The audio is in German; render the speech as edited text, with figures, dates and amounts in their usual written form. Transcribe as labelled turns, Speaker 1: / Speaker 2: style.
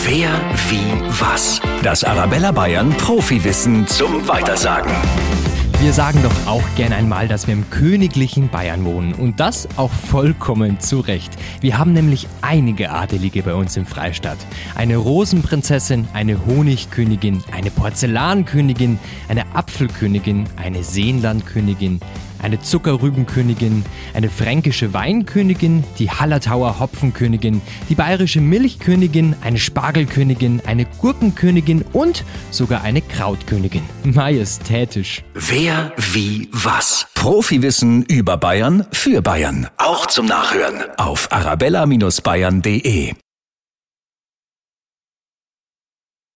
Speaker 1: Wer, wie, was? Das Arabella Bayern Profiwissen zum Weitersagen.
Speaker 2: Wir sagen doch auch gern einmal, dass wir im königlichen Bayern wohnen. Und das auch vollkommen zu Recht. Wir haben nämlich einige Adelige bei uns im Freistaat. Eine Rosenprinzessin, eine Honigkönigin, eine Porzellankönigin, eine Apfelkönigin, eine Seenlandkönigin, eine Zuckerrübenkönigin, eine fränkische Weinkönigin, die Hallertauer Hopfenkönigin, die bayerische Milchkönigin, eine Spargelkönigin, eine Gurkenkönigin und sogar eine Krautkönigin. Majestätisch.
Speaker 1: Wer, wie, was? Profiwissen über Bayern für Bayern. Auch zum Nachhören auf arabella-bayern.de.